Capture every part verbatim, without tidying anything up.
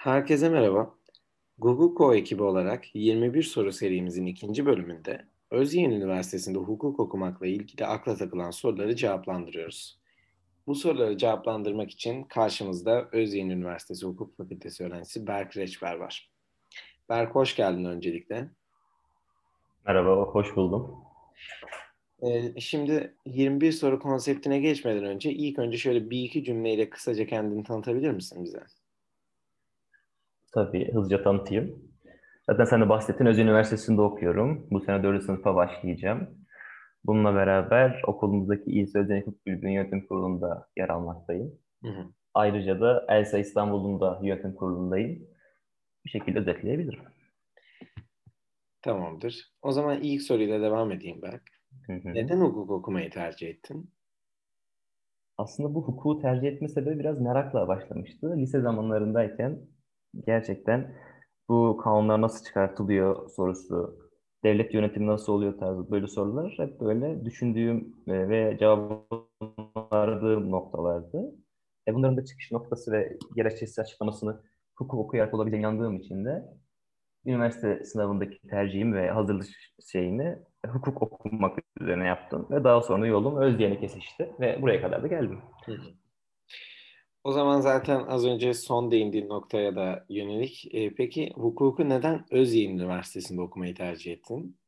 Herkese merhaba. Google ekibi olarak yirmi bir soru serimizin ikinci bölümünde Özyeğin Üniversitesi'nde hukuk okumakla ilgili akla takılan soruları cevaplandırıyoruz. Bu soruları cevaplandırmak için karşımızda Özyeğin Üniversitesi Hukuk Fakültesi öğrencisi Berk Reçber var. Berk, hoş geldin öncelikle. Merhaba, hoş buldum. Ee, şimdi yirmi bir soru konseptine geçmeden önce ilk önce şöyle bir iki cümleyle kısaca kendini tanıtabilir misin bize? Tabii hızlıca tanıtayım. Zaten sen de bahsettin, Özyeğin Üniversitesi'nde okuyorum. Bu sene dördüncü sınıfa başlayacağım. Bununla beraber okulumuzdaki İl Sözleşme Hukuk Kulübü'nün yönetim kurulunda yer almaktayım. Hı hı. Ayrıca da ELSA İstanbul'un da yönetim kurulundayım. Bir şekilde özetleyebilirim. Tamamdır. O zaman ilk soruyla devam edeyim Berk. Hı hı. Neden hukuk okumayı tercih ettin? Aslında bu hukuku tercih etme sebebi biraz merakla başlamıştı. Lise zamanlarındayken gerçekten bu kanunlar nasıl çıkartılıyor sorusu, devlet yönetimi nasıl oluyor tarzı böyle sorular hep böyle düşündüğüm e, ve cevabını aradığım noktalardı. E bunların da çıkış noktası ve gerekçesi açıklamasını hukuk okuyarak olabileceğine inandığım için de üniversite sınavındaki tercihim ve hazırlık şeyini hukuk okumak üzerine yaptım ve daha sonra yolum Özyeğin'e kesişti ve buraya kadar da geldim. Hı hı. O zaman zaten az önce son değindiğin noktaya da yönelik. E, peki hukuku neden Özyeğin Üniversitesi'nde okumayı tercih ettin?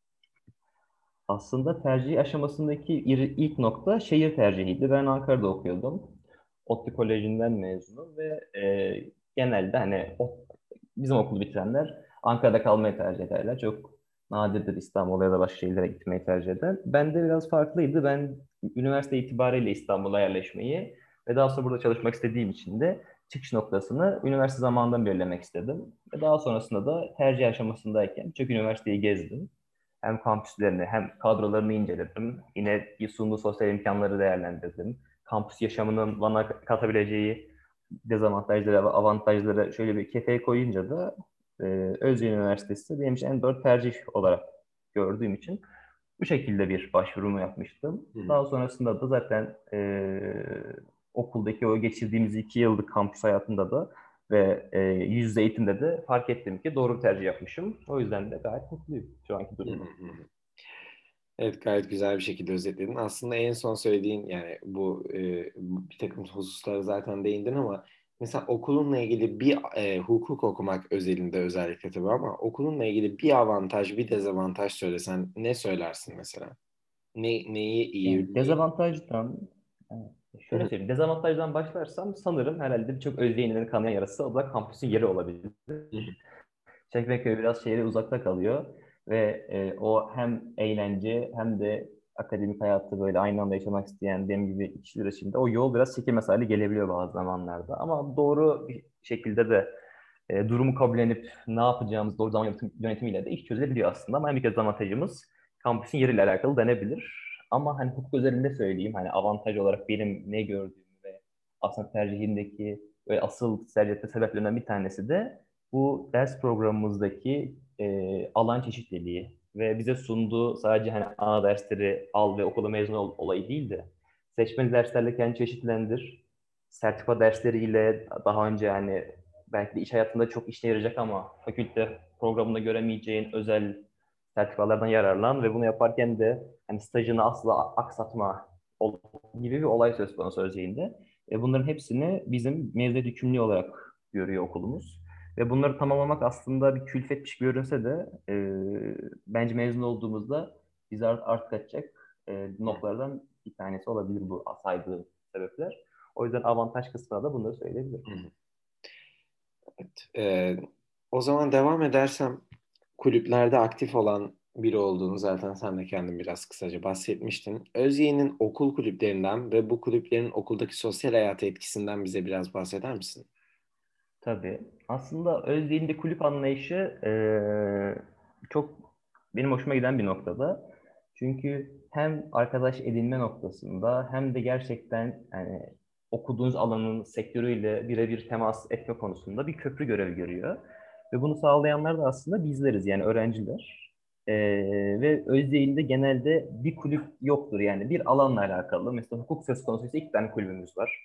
Aslında tercih aşamasındaki ir- ilk nokta şehir tercihiydi. Ben Ankara'da okuyordum. ODTÜ Koleji'nden mezunum ve e, genelde hani o, bizim okulu bitirenler Ankara'da kalmayı tercih ederler. Çok nadirdir İstanbul'a ya da başka şehirlere gitmeyi tercih eden. Ben de biraz farklıydı. Ben üniversite itibariyle İstanbul'a yerleşmeyi ve daha sonra burada çalışmak istediğim için de çıkış noktasını üniversite zamanından belirlemek istedim. Ve daha sonrasında da tercih aşamasındayken birçok üniversiteyi gezdim. Hem kampüslerini hem kadrolarını inceledim. Yine sunduğu sosyal imkanları değerlendirdim. Kampüs yaşamının bana katabileceği dezavantajları ve avantajları şöyle bir kefeye koyunca da e, Özyeğin Üniversitesi benim için en doğru tercih olarak gördüğüm için bu şekilde bir başvurumu yapmıştım. Hı hı. Daha sonrasında da zaten e, okuldaki o geçirdiğimiz iki yıllık kampüs hayatında da ve e, yüz yüze eğitimde de fark ettim ki doğru bir tercih yapmışım. O yüzden de gayet mutluyum şu anki Hı hı durumda. hı. Evet, gayet güzel bir şekilde özetledin. Aslında en son söylediğin yani bu e, bir takım hususlara zaten değindin ama mesela okulunla ilgili bir e, hukuk okumak özelinde özellikle tabii ama okulunla ilgili bir avantaj bir dezavantaj söylesen ne söylersin mesela? Ne, neyi iyi, Yani neyi... dezavantajdan evet, Hı şöyle hı. söyleyeyim. Dezavantajdan başlarsam sanırım herhalde birçok Özyeğinlerin kanayan yarası o da kampüsün yeri olabilir. Hı hı. Çekmeköy biraz şehre uzakta kalıyor ve e, o hem eğlence hem de akademik hayatı böyle aynı anda yaşamak isteyen benim gibi kişiler için de o yol biraz çekilmez hale gelebiliyor bazı zamanlarda. Ama doğru bir şekilde de e, durumu kabullenip ne yapacağımız doğru zaman yönetim, yönetimiyle de iş çözülebiliyor aslında. Ama en büyük dezavantajımız kampüsün yeriyle alakalı denebilir. Ama hani hukuk özelinde söyleyeyim hani avantaj olarak benim ne gördüğümü ve aslında tercihimdeki ve asıl tercih etme sebeplerinden bir tanesi de bu ders programımızdaki e, alan çeşitliliği ve bize sunduğu sadece hani ana dersleri al ve okula mezun ol olayı değil de seçmeli derslerle kendini çeşitlendir. Sertifika dersleriyle daha önce hani belki de iş hayatında çok işine yarayacak ama fakülte programında göremeyeceğin özel sertifikalardan yararlan ve bunu yaparken de hani stajını asla aksatma gibi bir olay söz konusu Özyeğin'de. E, bunların hepsini bizim mezuniyet yükümlülüğü olarak görüyor okulumuz. Ve bunları tamamlamak aslında bir külfetmiş görünse de e, bence mezun olduğumuzda bizi art, artık açacak e, noktalardan bir tanesi olabilir bu saydığım sebepler. O yüzden avantaj kısmına da bunları söyleyebilirim. Hı hı. Evet. Ee, o zaman devam edersem kulüplerde aktif olan biri olduğunu zaten sen de kendin biraz kısaca bahsetmiştin. Özyeğin'in okul kulüplerinden ve bu kulüplerin okuldaki sosyal hayata etkisinden bize biraz bahseder misin? Tabii. Aslında Özyeğin'de kulüp anlayışı eee, çok benim hoşuma giden bir noktada. Çünkü hem arkadaş edinme noktasında hem de gerçekten yani okuduğunuz alanın sektörüyle birebir temas etme konusunda bir köprü görevi görüyor. Ve bunu sağlayanlar da aslında bizleriz yani öğrenciler. Eee, ve Özyeğin'de genelde bir kulüp yoktur yani bir alanla alakalı. Mesela hukuk söz konusuysa iki tane kulübümüz var.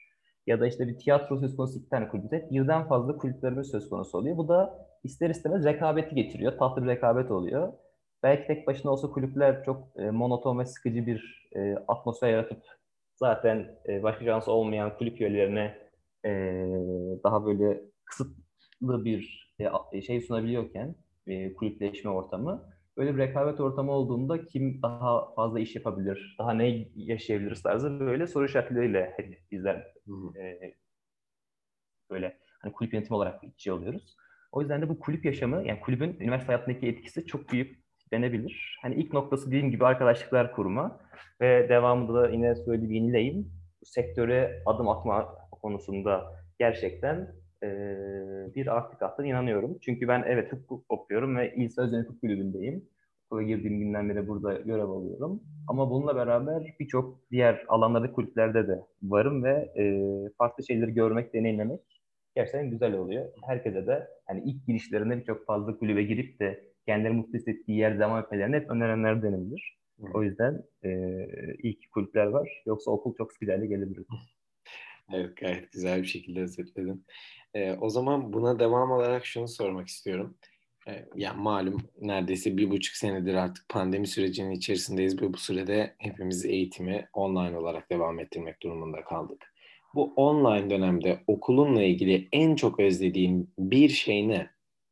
ya da işte bir tiyatro söz konusu iki tane kulüpte birden fazla kulüplerimiz söz konusu oluyor. Bu da ister istemez rekabeti getiriyor. Tatlı bir rekabet oluyor. Belki tek başına olsa kulüpler çok e, monoton ve sıkıcı bir e, atmosfer yaratıp zaten e, başka şansı olmayan kulüp üyelerine e, daha böyle kısıtlı bir e, a- şey sunabiliyorken e, kulüpleşme ortamı böyle bir rekabet ortamı olduğunda kim daha fazla iş yapabilir, daha ne yaşayabiliriz tarzı böyle soru işaretleriyle hep bizler Hı hı. e, böyle hani kulüp yönetimi olarak içi oluyoruz. O yüzden de bu kulüp yaşamı, yani kulübün üniversite hayatındaki etkisi çok büyük denebilir. Hani ilk noktası dediğim gibi arkadaşlıklar kurma ve devamında da yine söylediğim yenileyim. Bu sektöre adım atma konusunda gerçekten e, bir artı kattığına inanıyorum. Çünkü ben evet hukuk okuyorum ve İl Söz Hukuk Kulübü'ndeyim. Okula girdiğim günden beri burada görev alıyorum. Ama bununla beraber birçok diğer alanlarda kulüplerde de varım ve e, farklı şeyleri görmek, deneyimlemek gerçekten güzel oluyor. Herkese de hani ilk girişlerinde birçok fazla kulübe girip de kendileri mutlu hissettiği yer devam etmelerini hep önerenler denilir. Hı hı. O yüzden e, ilk kulüpler var. Yoksa okul çok sıkıcı hale gelebilir. Evet, gayet güzel bir şekilde özetledin. Ee, o zaman buna devam olarak şunu sormak istiyorum. Ee, ya malum neredeyse bir buçuk senedir artık pandemi sürecinin içerisindeyiz ve bu sürede hepimiz eğitimi online olarak devam ettirmek durumunda kaldık. Bu online dönemde okulunla ilgili en çok özlediğin bir şey ne?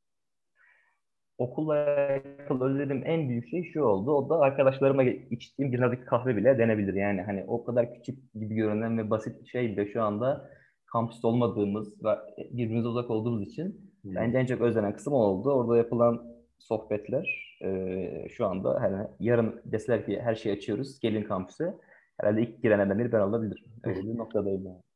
Okulla alakalı özlediğim en büyük şey şu oldu. O da arkadaşlarıma içtiğim bir nadük kahve bile denebilir. Yani hani o kadar küçük gibi görünen ve basit bir şey bile şu anda kampüste olmadığımız ve birbirimize uzak olduğumuz için Hmm. bence en çok özlenen kısım o oldu. Orada yapılan sohbetler e, şu anda hani yarın deseler ki her şeyi açıyoruz, gelin kampüse. Herhalde ilk girenlerden biri ben olabilirim. Öyle bir noktadayım yani.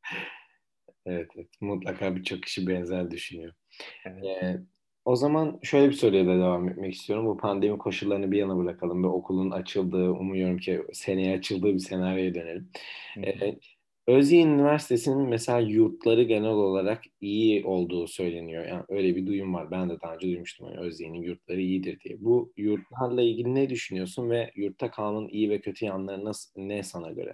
Evet, evet. Mutlaka birçok kişi benzer düşünüyor. Evet. Ee, O zaman şöyle bir soruyla da devam etmek istiyorum. Bu pandemi koşullarını bir yana bırakalım ve okulun açıldığı, umuyorum ki seneye açıldığı bir senaryoya dönelim. Hı hı. Ee, Özyeğin Üniversitesi'nin mesela yurtları genel olarak iyi olduğu söyleniyor. Yani öyle bir duyum var. Ben de daha önce duymuştum. Yani Özyeğin'in yurtları iyidir diye. Bu yurtlarla ilgili ne düşünüyorsun ve yurtta kalmanın iyi ve kötü yanları nasıl, ne sana göre?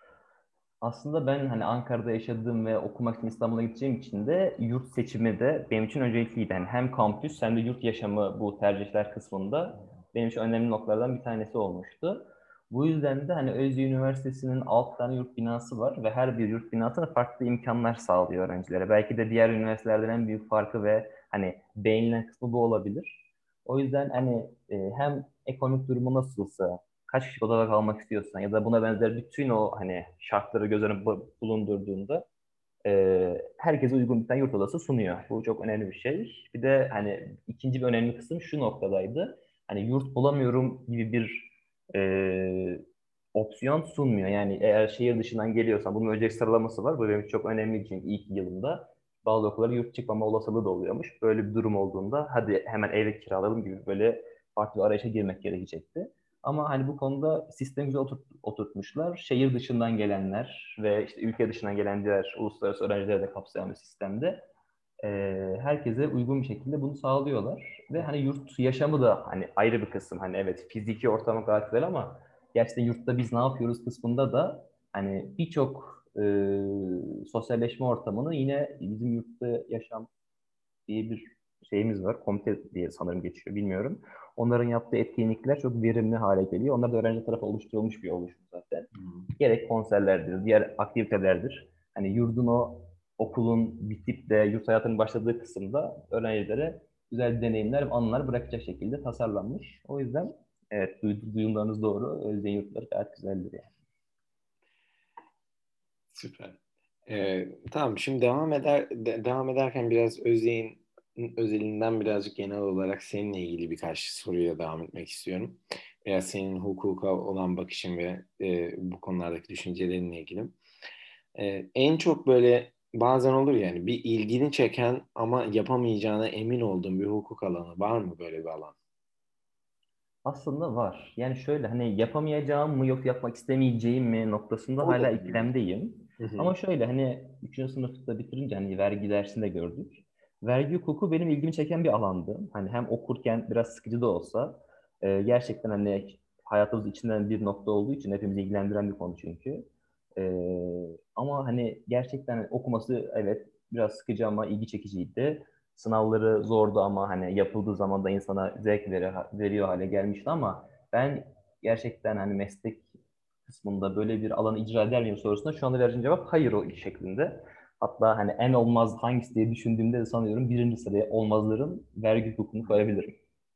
Aslında ben hani Ankara'da yaşadığım ve okumak için İstanbul'a gideceğim için de yurt seçimi de benim için öncelikliydi. Yani hem kampüs hem de yurt yaşamı bu tercihler kısmında benim için önemli noktalardan bir tanesi olmuştu. Bu yüzden de hani Özyeğin Üniversitesi'nin altı tane yurt binası var ve her bir yurt binası farklı imkanlar sağlıyor öğrencilere. Belki de diğer üniversitelerden en büyük farkı ve hani beğenilen kısmı bu olabilir. O yüzden hani e, hem ekonomik durumu nasılsa, kaç kişi odada kalmak istiyorsan ya da buna benzer bütün o hani şartları göz önüne bu- bulundurduğunda e, herkese uygun bir tane yurt odası sunuyor. Bu çok önemli bir şey. Bir de hani ikinci bir önemli kısım şu noktadaydı. Hani yurt bulamıyorum gibi bir e, opsiyon sunmuyor. Yani eğer şehir dışından geliyorsan bunun öncelik sıralaması var. Bu benim için çok önemli çünkü ilk yılında bazı okullara yurt çıkmama olasılığı da oluyormuş. Böyle bir durum olduğunda hadi hemen ev kiralayalım gibi böyle farklı bir arayışa girmek gerekecekti. Ama hani bu konuda sistemi güzel oturt, oturtmuşlar. Şehir dışından gelenler ve işte ülke dışından gelen diğer uluslararası öğrencileri de kapsayan bir sistemde e, herkese uygun bir şekilde bunu sağlıyorlar. Ve hani yurt yaşamı da hani ayrı bir kısım. Hani evet fiziki ortamı gayet güzel ama gerçekten yurtta biz ne yapıyoruz kısmında da hani birçok e, sosyalleşme ortamını yine bizim yurtta yaşam diye bir şeyimiz var. Komite diye sanırım geçiyor, bilmiyorum. Onların yaptığı etkinlikler çok verimli hale geliyor. Onlar da öğrenci tarafı oluşturulmuş bir oluşum zaten. Hmm. Gerek konserlerdir, diğer aktivitelerdir. Hani yurdun o okulun bitip de yurt hayatının başladığı kısımda öğrencilere güzel deneyimler ve anılar bırakacak şekilde tasarlanmış. O yüzden evet duy- duyumlarınız doğru. Özdeğin yurtları gayet güzeldir yani. Süper. Ee, tamam, şimdi devam eder de- devam ederken biraz Özyeğin özelinden birazcık genel olarak seninle ilgili birkaç soruya devam etmek istiyorum. Biraz senin hukuka olan bakışın ve e, bu konulardaki düşüncelerinle ilgili. Ee, en çok böyle bazen olur yani bir ilgini çeken ama yapamayacağına emin olduğun bir hukuk alanı var mı, böyle bir alan? Aslında var. Yani şöyle hani yapamayacağım mı yok yapmak istemeyeceğim mi noktasında O da hala olabilir. ikilemdeyim. Hı hı. Ama şöyle hani üçüncü sınıfta bitirince hani vergi dersinde gördük. Vergi hukuku benim ilgimi çeken bir alandı. Hani hem okurken biraz sıkıcı da olsa e, gerçekten hani hayatımız içinden bir nokta olduğu için hepimizi ilgilendiren bir konu çünkü. Ee, ama hani gerçekten okuması evet biraz sıkıcı ama ilgi çekiciydi. Sınavları zordu ama hani yapıldığı zaman da insana zevk veri, veriyor hale gelmişti ama ben gerçekten hani meslek kısmında böyle bir alanı icra eder miyim sorusuna şu anda vereceğim cevap hayır o şeklinde. Hatta hani en olmaz hangisi diye düşündüğümde de sanıyorum birinci sıraya olmazların vergi hukukunu koyabilirim.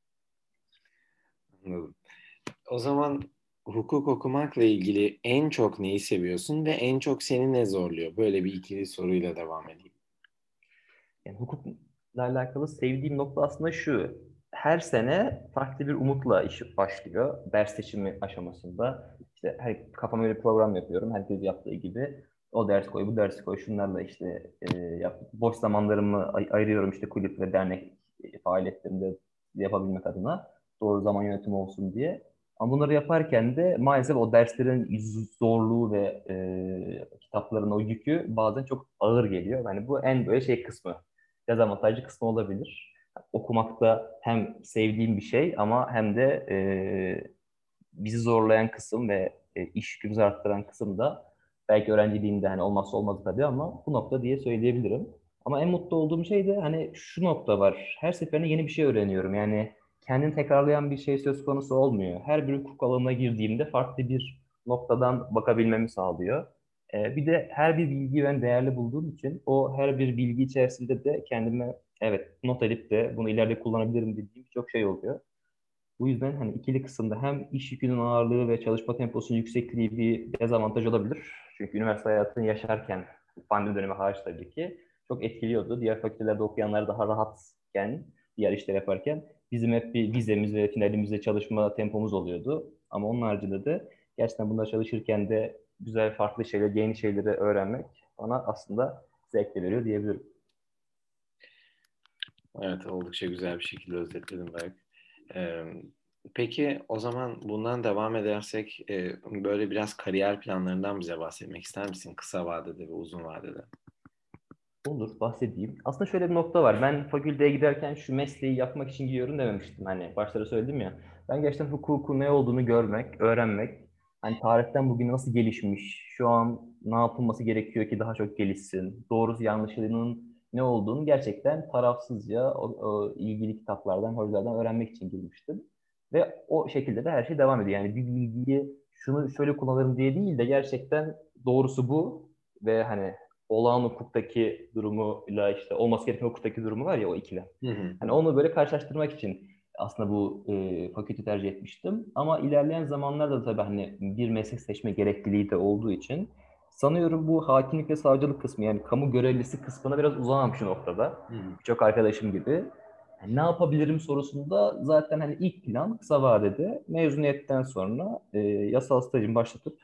Anladım. O zaman hukuk okumakla ilgili en çok neyi seviyorsun ve en çok seni ne zorluyor? Böyle bir ikili soruyla devam edeyim. Yani hukukla alakalı sevdiğim nokta aslında şu. Her sene farklı bir umutla iş başlıyor. Ders seçimi aşamasında. İşte her, kafama göre program yapıyorum. Herkes yaptığı gibi. O ders koy, bu dersi koy. Şunlarla işte e, yap. Boş zamanlarımı ay- ayırıyorum işte kulüp ve dernek e, faaliyetlerinde yapabilmek adına. Doğru zaman yönetimi olsun diye. Ama bunları yaparken de maalesef o derslerin zorluğu ve e, kitapların o yükü bazen çok ağır geliyor. Yani bu en böyle şey kısmı, dezavantajlı kısmı olabilir. Okumakta hem sevdiğim bir şey ama hem de e, bizi zorlayan kısım ve e, iş yükümüzü arttıran kısım da belki öğrenciliğinde hani olmazsa olmazı tabii ama bu nokta diye söyleyebilirim. Ama en mutlu olduğum şey de hani şu nokta var. Her seferinde yeni bir şey öğreniyorum. Yani kendini tekrarlayan bir şey söz konusu olmuyor. Her bir hukuk alanına girdiğimde farklı bir noktadan bakabilmemi sağlıyor. E, bir de her bir bilgiyi ben değerli bulduğum için o her bir bilgi içerisinde de kendime evet not edip de bunu ileride kullanabilirim dediğim çok şey oluyor. Bu yüzden hani ikili kısımda hem iş yükünün ağırlığı ve çalışma temposunun yüksekliği bir dezavantaj olabilir. Çünkü üniversite hayatını yaşarken pandemi dönemi hariç tabii ki çok etkiliyordu. Diğer fakültelerde okuyanlar daha rahatken, diğer işler yaparken bizim hep bir vizemiz ve finalimizde çalışma tempomuz oluyordu. Ama onun haricinde de gerçekten bunlar çalışırken de güzel farklı şeyler, yeni şeyleri öğrenmek bana aslında zevk de veriyor diyebilirim. Evet, oldukça güzel bir şekilde özetledim Berk. Ee, peki o zaman bundan devam edersek e, böyle biraz kariyer planlarından bize bahsetmek ister misin? Kısa vadede ve uzun vadede. Olur, bahsedeyim. Aslında şöyle bir nokta var. Ben fakülteye giderken şu mesleği yapmak için gidiyorum dememiştim. Hani başta da söyledim ya. Ben gerçekten hukukun ne olduğunu görmek, öğrenmek. Hani tarihten bugüne nasıl gelişmiş, şu an ne yapılması gerekiyor ki daha çok gelişsin, doğrusu yanlışının ne olduğunu gerçekten tarafsızca o, o ilgili kitaplardan, hocalardan öğrenmek için girmiştim. Ve o şekilde de her şey devam ediyor. Yani bir bilgiyi şunu şöyle kullanırım diye değil de gerçekten doğrusu bu ve hani olağan hukuktaki durumuyla işte olması gereken hukuktaki durumu var ya o ikilem. Hı hı. Hani onu böyle karşılaştırmak için aslında bu e, fakültü tercih etmiştim. Ama ilerleyen zamanlarda da tabii hani bir meslek seçme gerekliliği de olduğu için sanıyorum bu hakimlik ve savcılık kısmı yani kamu görevlisi kısmına biraz uzağım şu noktada. Hı hı. Birçok arkadaşım gibi. Yani ne yapabilirim sorusunda zaten hani ilk plan kısa vadede mezuniyetten sonra e, yasal stajımı başlatıp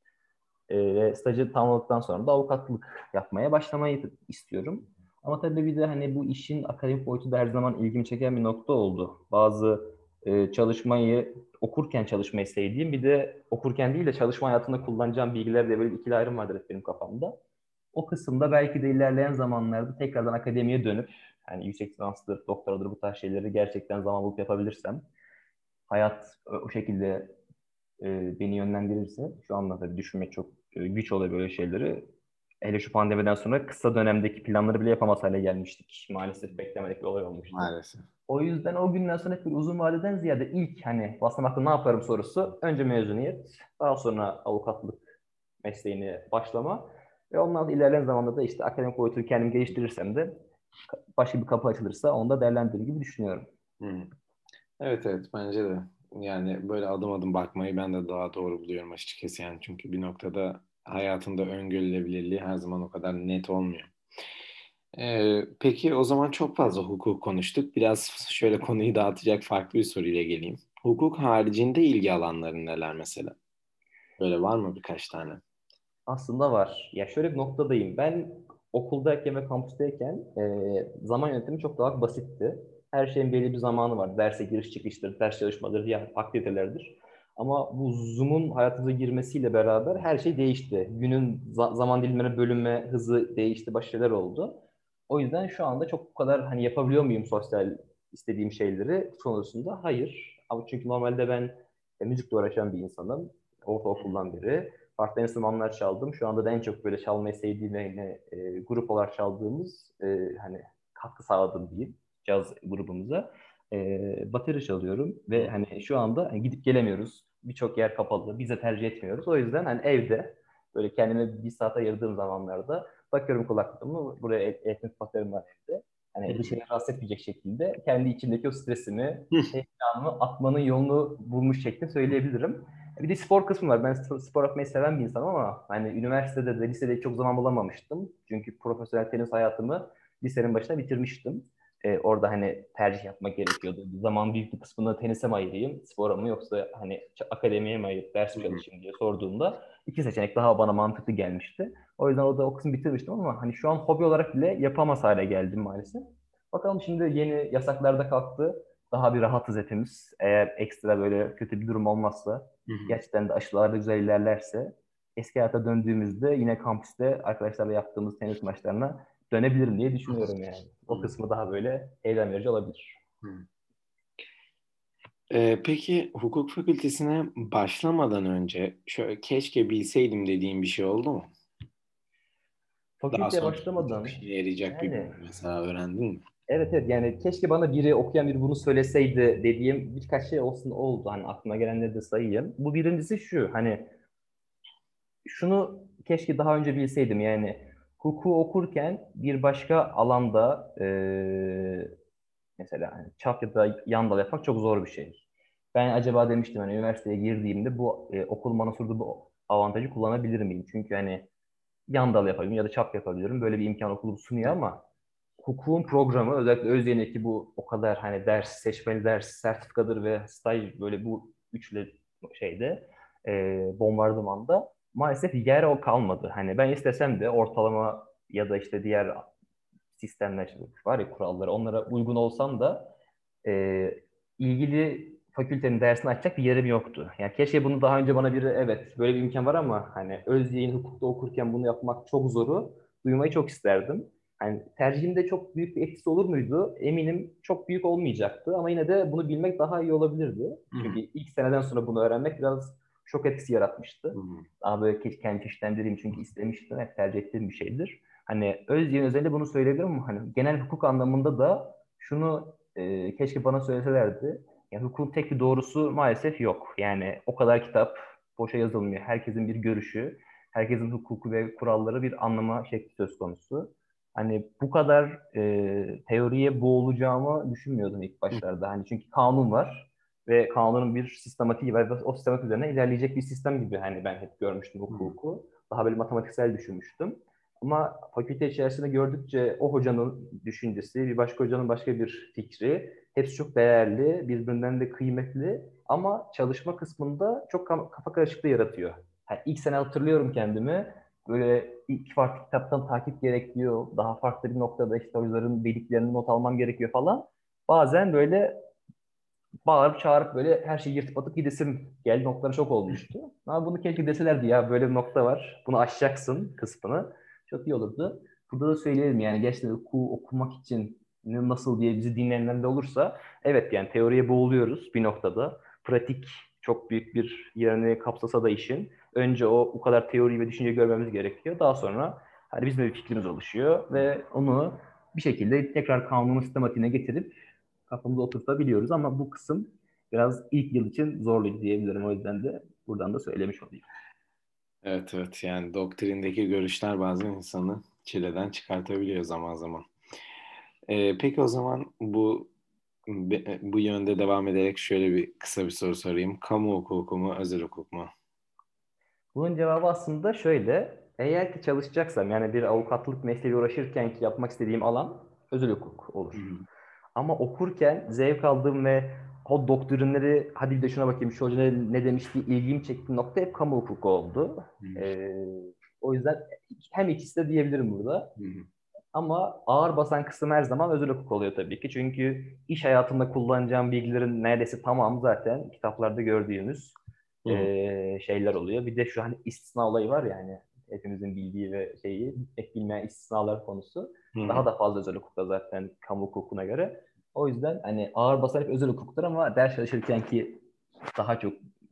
e, stajı tamamladıktan sonra da avukatlık yapmaya başlamayı istiyorum. Ama tabii bir de hani bu işin akademik boyutu da her zaman ilgimi çeken bir nokta oldu. Bazı e, çalışmayı okurken çalışmayı sevdiğim bir de okurken değil de çalışma hayatında kullanacağım bilgiler de böyle bir ikili ayrım vardır hep benim kafamda. O kısımda belki de ilerleyen zamanlarda tekrardan akademiye dönüp hani yüksek lisansdır, doktoradır bu tarz şeyleri gerçekten zaman bulup yapabilirsem hayat o o şekilde e, beni yönlendirirse şu anda tabii düşünmek çok e, güç oluyor böyle şeyleri. Hele şu pandemiden sonra kısa dönemdeki planları bile yapamaz hale gelmiştik. Maalesef beklemedik bir olay olmuştu. Maalesef. O yüzden o günden sonra hep bir uzun vadeden ziyade ilk hani basamakta ne yaparım sorusu önce mezuniyet, daha sonra avukatlık mesleğine başlama ve ondan sonra ilerleyen zamanda da işte akademik boyutunu kendim geliştirirsem de başka bir kapı açılırsa onu da değerlendirir gibi düşünüyorum. Hı hı. Evet, evet, bence de. Yani böyle adım adım bakmayı ben de daha doğru buluyorum açıkçası yani. Çünkü bir noktada hayatında öngörülebilirliği her zaman o kadar net olmuyor. Ee, peki o zaman çok fazla hukuk konuştuk. Biraz şöyle konuyu dağıtacak farklı bir soruyla geleyim. Hukuk haricinde ilgi alanların neler mesela? Böyle var mı birkaç tane? Aslında var. Ya şöyle bir noktadayım. Ben okuldayken ve kampüsteyken e, zaman yönetimi çok daha basitti. Her şeyin belli bir zamanı var. Derse giriş çıkıştır, ders çalışmadır, diğer aktivitelerdir. Ama bu Zoom'un hayatımıza girmesiyle beraber her şey değişti. Günün za- zaman dilimlerine bölünme hızı değişti, başka şeyler oldu. O yüzden şu anda çok bu kadar hani yapabiliyor muyum sosyal istediğim şeyleri konusunda? Hayır. Ama çünkü normalde ben e, müzikle uğraşan bir insanım. Ortaokuldan beri. farklı enstrümanlar çaldım. Şu anda da en çok böyle çalmayı sevdiğim ve yine, e, grup olarak çaldığımız e, hani katkı sağladım diyeyim caz grubumuza. E, bateri çalıyorum ve hani şu anda hani gidip gelemiyoruz. Birçok yer kapalı. Biz de tercih etmiyoruz. O yüzden hani evde böyle kendime bir saat ayırdığım zamanlarda takıyorum kulaklığımı. Buraya el- elektrik baterim var evde. Hani dışarı rahatsız etmeyecek şekilde kendi içindeki o stresimi, heyecanımı atmanın yolunu bulmuş şeklinde söyleyebilirim. Bir de spor kısmı var. Ben spor, spor yapmayı seven bir insanım ama hani üniversitede de lisede çok zaman bulamamıştım. Çünkü profesyonel tenis hayatımı lisenin başına bitirmiştim. Ee, orada hani tercih yapmak gerekiyordu. Zaman büyük bir kısmını tenise mi ayırayım, spora mı yoksa hani akademiye mi ayırıp ders çalışayım diye sorduğumda iki seçenek daha bana mantıklı gelmişti. O yüzden orada o kısmı bitirmiştim ama hani şu an hobi olarak bile yapamaz hale geldim maalesef. Bakalım şimdi yeni yasaklar da kalktı. Daha bir rahatız hepimiz. Eğer ekstra böyle kötü bir durum olmazsa, gerçekten de aşılar da güzel ilerlerse eski hayata döndüğümüzde yine kampüste arkadaşlarla yaptığımız tenis maçlarına dönebilirim diye düşünüyorum yani. O kısmı daha böyle heyecan verici olabilir. Ee, peki hukuk fakültesine başlamadan önce şöyle keşke bilseydim dediğim bir şey oldu mu? Daha Fakülteye sonra çok başlamadan işine yarayacak bir yani bilgi mesela öğrendin mi? evet evet yani keşke bana biri okuyan biri bunu söyleseydi dediğim birkaç şey olsun oldu. Hani aklıma gelenleri de sayayım. Bu birincisi şu hani şunu keşke daha önce bilseydim yani hukuku okurken bir başka alanda eee, mesela hani çap ya da yan dal yapmak çok zor bir şey. Ben acaba demiştim hani üniversiteye girdiğimde bu e, okul bana sunduğu bu avantajı kullanabilir miyim? Çünkü hani yan dal yapabilirim ya da çap yapabilirim. Böyle bir imkan okulu sunuyor ama hukukun programı özellikle Özyeğin'deki bu o kadar hani ders, seçmeli ders, sertifikadır ve staj böyle bu üçlü şeyde e, bombardımanda maalesef yer o kalmadı. Hani ben istesem de ortalama ya da işte diğer sistemler işte var ya kuralları onlara uygun olsam da e, ilgili fakültenin dersini açacak bir yerim yoktu. Yani keşke bunu daha önce bana biri evet böyle bir imkan var ama hani öz yayın hukukta okurken bunu yapmak çok zoru duymayı çok isterdim. Hani tercihimde çok büyük bir etkisi olur muydu? Eminim çok büyük olmayacaktı ama yine de bunu bilmek daha iyi olabilirdi. Hı hı. Çünkü ilk seneden sonra bunu öğrenmek biraz şok etkisi Hı yaratmıştı. hı. Daha böyle keşke kendimi çeşitlendireyim çünkü istemiştim. Hep tercih ettiğim bir şeydir. Hani öz yayın özelinde bunu söyleyebilirim ama hani genel hukuk anlamında da şunu e, keşke bana söyleselerdi. Yani hukukun tek bir doğrusu maalesef yok. Yani o kadar kitap boşa yazılmıyor. Herkesin bir görüşü, herkesin hukuku ve kuralları bir anlama şekli söz konusu. Hani bu kadar e, teoriye boğulacağımı düşünmüyordum ilk Hı başlarda. Hani çünkü kanun var ve kanunun bir sistematiği var ve o sistematik üzerine ilerleyecek bir sistem gibi hani ben hep görmüştüm hı. hukuku. Daha böyle matematiksel düşünmüştüm. Ama fakülte içerisinde gördükçe o hocanın düşüncesi, bir başka hocanın başka bir fikri, hepsi çok değerli, birbirinden de kıymetli ama çalışma kısmında çok kafa karışıklığı yaratıyor. Yani ilk sene hatırlıyorum kendimi, böyle ilk farklı kitaptan takip gerekiyor, daha farklı bir noktada işte hocaların dediklerini not almam gerekiyor falan. Bazen böyle bağırıp çağırıp böyle her şeyi yırtıp atıp gidesim geldi noktaları çok olmuştu. Ama bunu keşke deselerdi ya böyle bir nokta var. Bunu aşacaksın kısmını. Çok iyi olurdu. Burada da söyleyelim yani gerçekten oku, okumak için nasıl diye bizi dinleyenler de olursa evet yani teoriye boğuluyoruz bir noktada. Pratik çok büyük bir yerini kapsasa da işin. Önce o bu kadar teori ve düşünce görmemiz gerekiyor. Daha sonra hani bizim de bir fikrimiz oluşuyor ve onu bir şekilde tekrar kanunun sistematiğine getirip kafamıza oturtabiliyoruz ama bu kısım biraz ilk yıl için zorluydu diyebilirim. O yüzden de buradan da söylemiş olayım. Evet evet yani doktrindeki görüşler bazen insanı çileden çıkartabiliyor zaman zaman. Ee, peki o zaman bu bu yönde devam ederek şöyle bir kısa bir soru sorayım. Kamu hukuku mu, özel hukuk mu? Bunun cevabı aslında şöyle. Eğer ki çalışacaksam yani bir avukatlık mesleğiyle uğraşırken ki yapmak istediğim alan özel hukuk Hı olur. hı. Ama okurken zevk aldığım ve o doktrinleri hadi bir de şuna bakayım şu hoca ne, ne demiş diye ilgimi çektiği nokta hep kamu hukuku oldu. Hı hı. Ee, o yüzden hem ikisi de diyebilirim burada. Hı hı. Ama ağır basan kısım her zaman özel hukuk oluyor tabii ki. Çünkü iş hayatında kullanacağım bilgilerin neredeyse tamamı zaten kitaplarda gördüğümüz Hı hı. e, şeyler oluyor. Bir de şu hani istisna olayı var ya hani hepimizin bildiği ve şeyi bitmek bilmeyen istisnalar konusu. Hı hı. Daha da fazla özel hukukta zaten kamu hukukuna göre. O yüzden hani ağır basan hep özel hukuktur ama ders çalışırken ki daha çok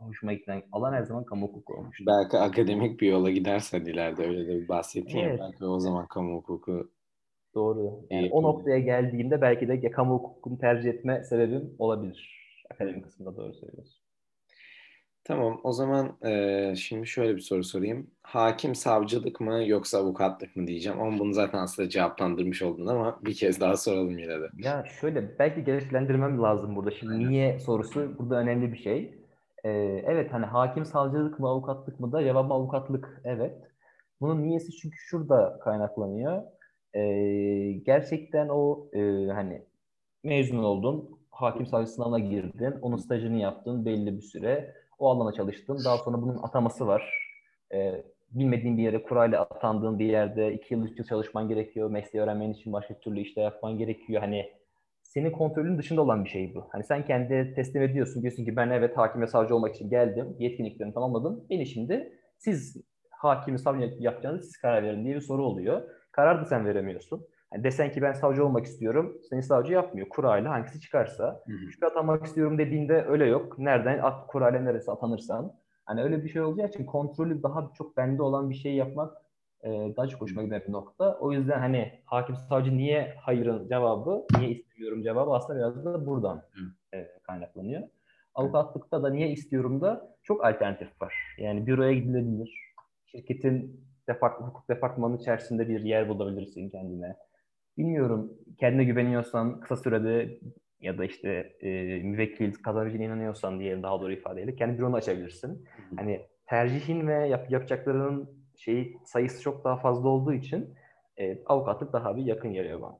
hoşuma giden alan her zaman kamu hukuku olmuştur. Belki akademik bir yola gidersen ileride öyle de bir bahsettin ya, Evet, belki o zaman kamu hukuku doğru. Yani o yapabilir. noktaya geldiğimde belki de ya kamu hukukunu tercih etme sebebim olabilir. Akademik kısmında doğru söylüyorsun. Tamam, o zaman e, şimdi şöyle bir soru sorayım. Hakim savcılık mı yoksa avukatlık mı diyeceğim. Ama bunu zaten aslında cevaplandırmış oldun ama bir kez daha soralım yine de. Ya şöyle belki gerekçelendirmem lazım burada. Şimdi Aynen. niye sorusu burada önemli bir şey. Ee, evet hani hakim savcılık mı avukatlık mı da cevabım avukatlık evet. Bunun niyesi çünkü şurada kaynaklanıyor. Ee, gerçekten o e, hani mezun oldun, hakim savcı sınavına girdin, onun stajını yaptın belli bir süre, o alana çalıştın. Daha sonra bunun ataması var. Ee, bilmediğin bir yere kurayla atandığın bir yerde iki yıl, üç yıl çalışman gerekiyor. Mesleği öğrenmen için başka türlü işte yapman gerekiyor. Hani senin kontrolün dışında olan bir şey bu. Hani sen kendi teslim ediyorsun. Diyorsun ki ben evet hakim ve savcı olmak için geldim. Yetkinliklerimi tamamladım. Beni şimdi siz hakim ve savcı yapacağınızı siz karar verin diye bir soru oluyor. Karar da sen veremiyorsun. Yani desen ki ben savcı olmak istiyorum. Seni savcı yapmıyor. Kurayla hangisi çıkarsa. Hı hı. Şuraya atanmak istiyorum dediğinde öyle yok. Nereden at kurayla neresi atanırsan. Hani öyle bir şey olacağı için kontrolü daha çok bende olan bir şey yapmak e, daha çok hoşuma giden bir nokta. O yüzden hani hakim savcı niye hayırın cevabı, niye istemiyorum cevabı aslında biraz da buradan Hı. e, kaynaklanıyor. Evet. Avukatlıkta da niye istiyorum da çok alternatif var. Yani büroya gidilebilir. Şirketin depart hukuk departmanı içerisinde bir yer bulabilirsin kendine. Bilmiyorum, kendine güveniyorsan kısa sürede ya da işte e, müvekkil kazanabileceğine inanıyorsan diye daha doğru ifadeyle kendi büronu açabilirsin. Hı hı. Hani tercihin ve yap, yapacaklarının şeyi sayısı çok daha fazla olduğu için e, avukatlık daha bir yakın geliyor bana.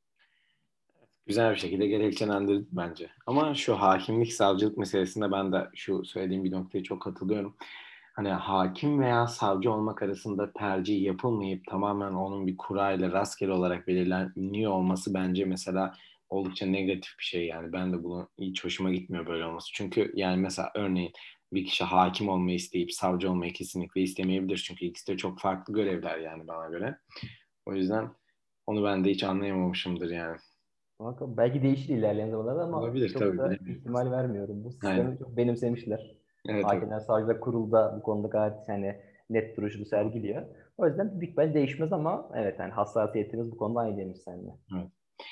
Güzel bir şekilde gerekçelendirdin bence. Ama şu hakimlik savcılık meselesinde ben de şu söylediğim bir noktaya çok katılıyorum. Hani hakim veya savcı olmak arasında tercih yapılmayıp tamamen onun bir kurayla rastgele olarak belirleniyor olması bence mesela oldukça negatif bir şey. Yani ben de bunu hiç hoşuma gitmiyor böyle olması. Çünkü yani mesela örneğin bir kişi hakim olmayı isteyip savcı olmayı kesinlikle istemeyebilir. Çünkü ikisi de çok farklı görevler yani bana göre. O yüzden onu ben de hiç anlayamamışımdır yani. Muhakkak belki değişir ilerleyen zamanlarda ama Olabilir çok tabii, da bilemiyorum. ihtimal vermiyorum. Bu Aynen. sistemi çok benimsemişler. Evet, evet. Hakimler Savcılar Kurulu da bu konuda gayet yani net duruşunu sergiliyor. O yüzden büyük ihtimalle değişmez ama evet yani hassasiyetimiz bu konuda aynı demiş seninle. Evet.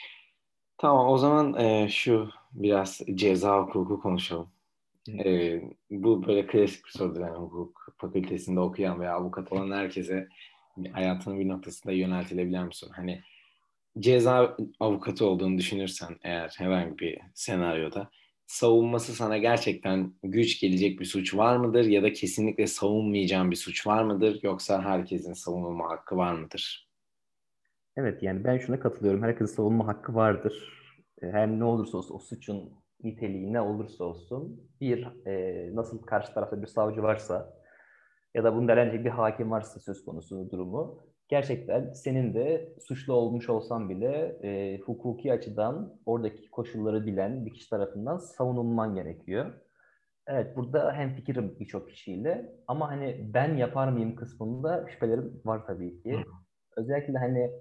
Tamam, o zaman e, şu biraz ceza hukuku konuşalım. E, bu böyle klasik bir sorudur yani hukuk fakültesinde okuyan veya avukat olan herkese hayatının bir noktasında yöneltilebilen bir soru. Hani ceza avukatı olduğunu düşünürsen eğer herhangi bir senaryoda savunması sana gerçekten güç gelecek bir suç var mıdır ya da kesinlikle savunmayacağın bir suç var mıdır yoksa herkesin savunma hakkı var mıdır? Evet yani ben şuna katılıyorum. Herkesin savunma hakkı vardır. E, Her ne olursa olsun o suçun niteliği ne olursa olsun bir e, nasıl karşı tarafta bir savcı varsa ya da bunda herhangi bir hakim varsa söz konusu durumu gerçekten senin de suçlu olmuş olsan bile e, hukuki açıdan oradaki koşulları bilen bir kişi tarafından savunulman gerekiyor. Evet burada hemfikirim birçok kişiyle ama hani ben yapar mıyım kısmında şüphelerim var tabii ki. Özellikle hani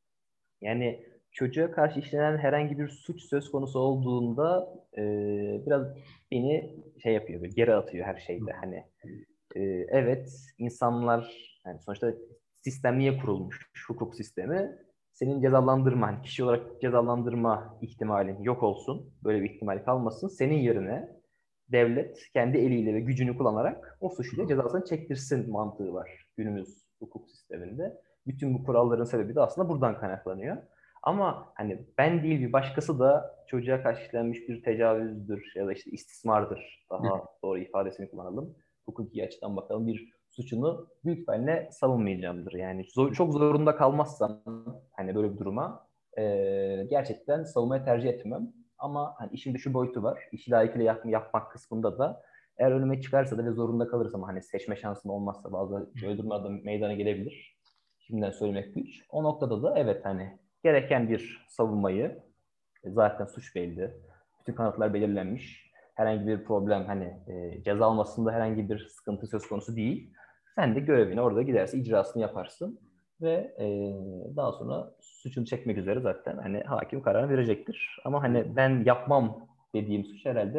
yani çocuğa karşı işlenen herhangi bir suç söz konusu olduğunda e, biraz beni şey yapıyor, böyle geri atıyor her şeyde. Hani e, evet insanlar yani sonuçta sistem niye kurulmuş? Hukuk sistemi senin cezalandırma, hani kişi olarak cezalandırma ihtimalin yok olsun. Böyle bir ihtimal kalmasın. Senin yerine devlet kendi eliyle ve gücünü kullanarak o suçluya cezasını çektirsin mantığı var günümüz hukuk sisteminde. Bütün bu kuralların sebebi de aslında buradan kaynaklanıyor. Ama hani ben değil bir başkası da çocuğa karşı işlenmiş bir tecavüzdür ya da işte istismardır. Daha doğru ifadesini kullanalım. Hukuki açıdan bakalım bir suçunu büyük ihtimalle savunmayacağımdır. Yani zor, çok zorunda kalmazsam hani böyle bir duruma e, gerçekten savunmayı tercih etmem. Ama hani işin de şu boyutu var. İşi layıkıyla yap, yapmak kısmında da eğer önüme çıkarsa da ve zorunda kalırsam hani seçme şansım olmazsa bazı böyle durumlarda meydana gelebilir. Şimdiden söylemek güç. O noktada da evet hani gereken bir savunmayı e, zaten suç belli. Bütün kanıtlar belirlenmiş. Herhangi bir problem hani e, ceza almasında herhangi bir sıkıntı söz konusu değil. Sen de görevini orada gidersin, icrasını yaparsın ve e, daha sonra suçunu çekmek üzere zaten hani hakim karar verecektir. Ama hani ben yapmam dediğim suç herhalde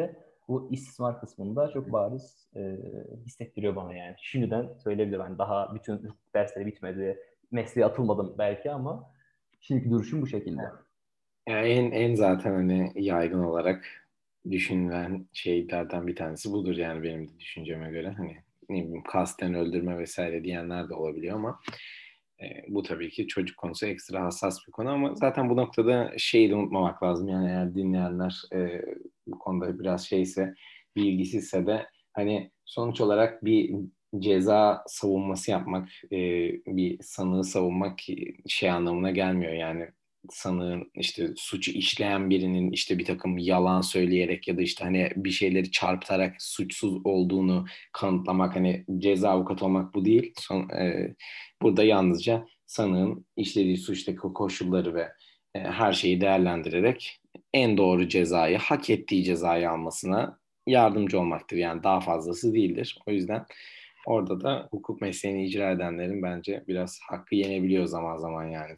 bu istismar kısmında çok bariz e, hissettiriyor bana yani. Şimdiden söyleyebilirim. Yani daha bütün hukuk dersleri bitmedi. Mesleğe atılmadım belki ama şimdiki duruşum bu şekilde. Yani en en zaten hani yaygın olarak düşünülen şeylerden bir tanesi budur yani benim de düşünceme göre. Hani ne bileyim kasten öldürme vesaire diyenler de olabiliyor ama e, bu tabii ki çocuk konusu ekstra hassas bir konu ama zaten bu noktada şeyi de unutmamak lazım. Yani eğer dinleyenler e, bu konuda biraz şeyse bilgisizse de hani sonuç olarak bir ceza savunması yapmak, e, bir sanığı savunmak şey anlamına gelmiyor. Yani sanığın işte suçu işleyen birinin işte bir takım yalan söyleyerek ya da işte hani bir şeyleri çarpıtarak suçsuz olduğunu kanıtlamak hani ceza avukatı olmak bu değil. Son, e, burada yalnızca sanığın işlediği suçtaki koşulları ve e, her şeyi değerlendirerek en doğru cezayı, hak ettiği cezayı almasına yardımcı olmaktır. Yani daha fazlası değildir. O yüzden orada da hukuk mesleğini icra edenlerin bence biraz hakkı yenebiliyor zaman zaman yani.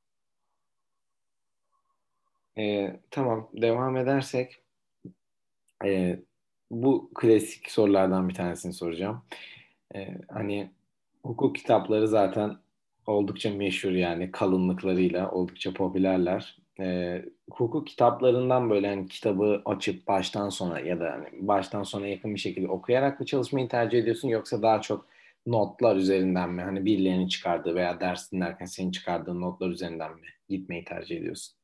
Ee, tamam, devam edersek e, bu klasik sorulardan bir tanesini soracağım. Ee, hani hukuk kitapları zaten oldukça meşhur yani kalınlıklarıyla oldukça popülerler. Ee, hukuk kitaplarından böyle hani kitabı açıp baştan sona ya da hani baştan sona yakın bir şekilde okuyarak mı çalışmayı tercih ediyorsun yoksa daha çok notlar üzerinden mi? Hani birilerinin çıkardığı veya ders dinlerken senin çıkardığın notlar üzerinden mi gitmeyi tercih ediyorsun?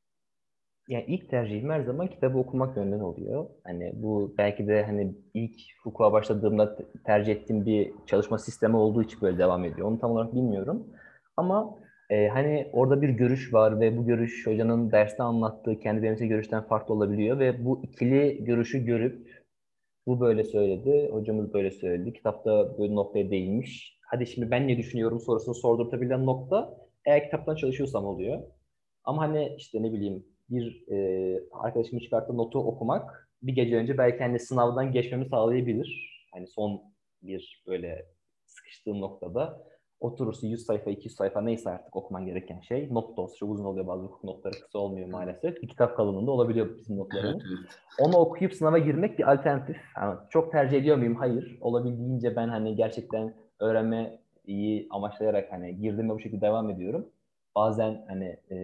Yani ilk tercihim her zaman kitabı okumak yönden oluyor. Hani bu belki de hani ilk hukuka başladığımda te- tercih ettiğim bir çalışma sistemi olduğu için böyle devam ediyor. Onu tam olarak bilmiyorum. Ama e, hani orada bir görüş var ve bu görüş hocanın derste anlattığı kendi benimsel görüşten farklı olabiliyor ve bu ikili görüşü görüp bu böyle söyledi, hocamız böyle söyledi, kitapta böyle noktaya değinmiş. Hadi şimdi ben ne düşünüyorum sorusunu sordurtabilen nokta eğer kitaptan çalışıyorsam oluyor. Ama hani işte ne bileyim bir e, arkadaşımın çıkarttığı notu okumak bir gece önce belki hani sınavdan geçmemi sağlayabilir. Hani son bir böyle sıkıştığım noktada oturursun yüz sayfa iki yüz sayfa neyse artık okuman gereken şey. Not da olsa çok uzun oluyor bazı hukuk notları kısa olmuyor maalesef. Bir kitap kalınlığında olabiliyor bizim Evet, notlarımız. evet. Onu okuyup sınava girmek bir alternatif. Yani çok tercih ediyor muyum? Hayır. Olabildiğince ben hani gerçekten öğrenme iyi amaçlayarak hani girdim ve bu şekilde devam ediyorum. Bazen hani e,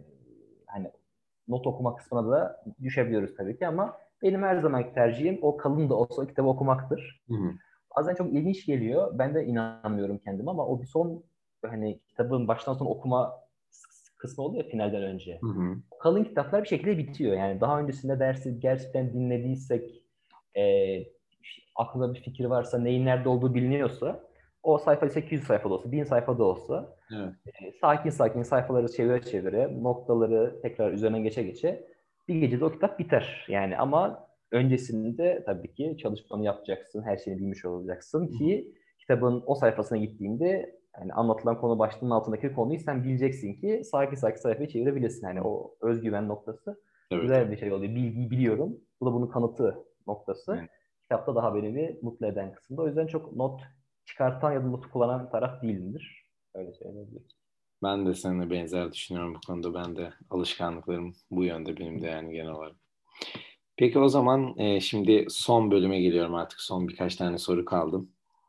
hani not okuma kısmına da düşebiliyoruz tabii ki ama benim her zamanki tercihim o kalın da olsa o kitabı okumaktır. Hı hı. Bazen çok ilginç geliyor. Ben de inanmıyorum kendime ama o bir son hani kitabın baştan sona okuma kısmı oluyor ya finalden önce. Hı hı. Kalın kitaplar bir şekilde bitiyor. Yani daha öncesinde dersi gerçekten dinlediysek, e, aklında bir fikir varsa, neyin nerede olduğu biliniyorsa, o sayfa sekiz yüz sayfada olsa, bin sayfada olsa, Evet. e, sakin sakin sayfaları çevire çevire, noktaları tekrar üzerine geçe geçe bir gecede o kitap biter. Yani ama öncesinde tabii ki çalışmanı yapacaksın, her şeyini bilmiş olacaksın Hı hı. ki kitabın o sayfasına gittiğinde yani anlatılan konu başlığının altındaki konuyu sen bileceksin ki sakin sakin sayfayı çevirebilirsin. Yani o özgüven noktası Tabii tabii. güzel bir şey oluyor. Bilgiyi biliyorum. Bu da bunun kanıtı noktası. Evet. Kitapta daha beni bir mutlu eden kısımda. O yüzden çok not çıkartan ya da notu kullanan taraf değilimdir. Öyle söyleyebilirim. Ben de seninle benzer düşünüyorum bu konuda. Ben de alışkanlıklarım bu yönde benim de yani genel olarak. Peki o zaman e, şimdi son bölüme geliyorum artık. Son birkaç tane soru kaldı.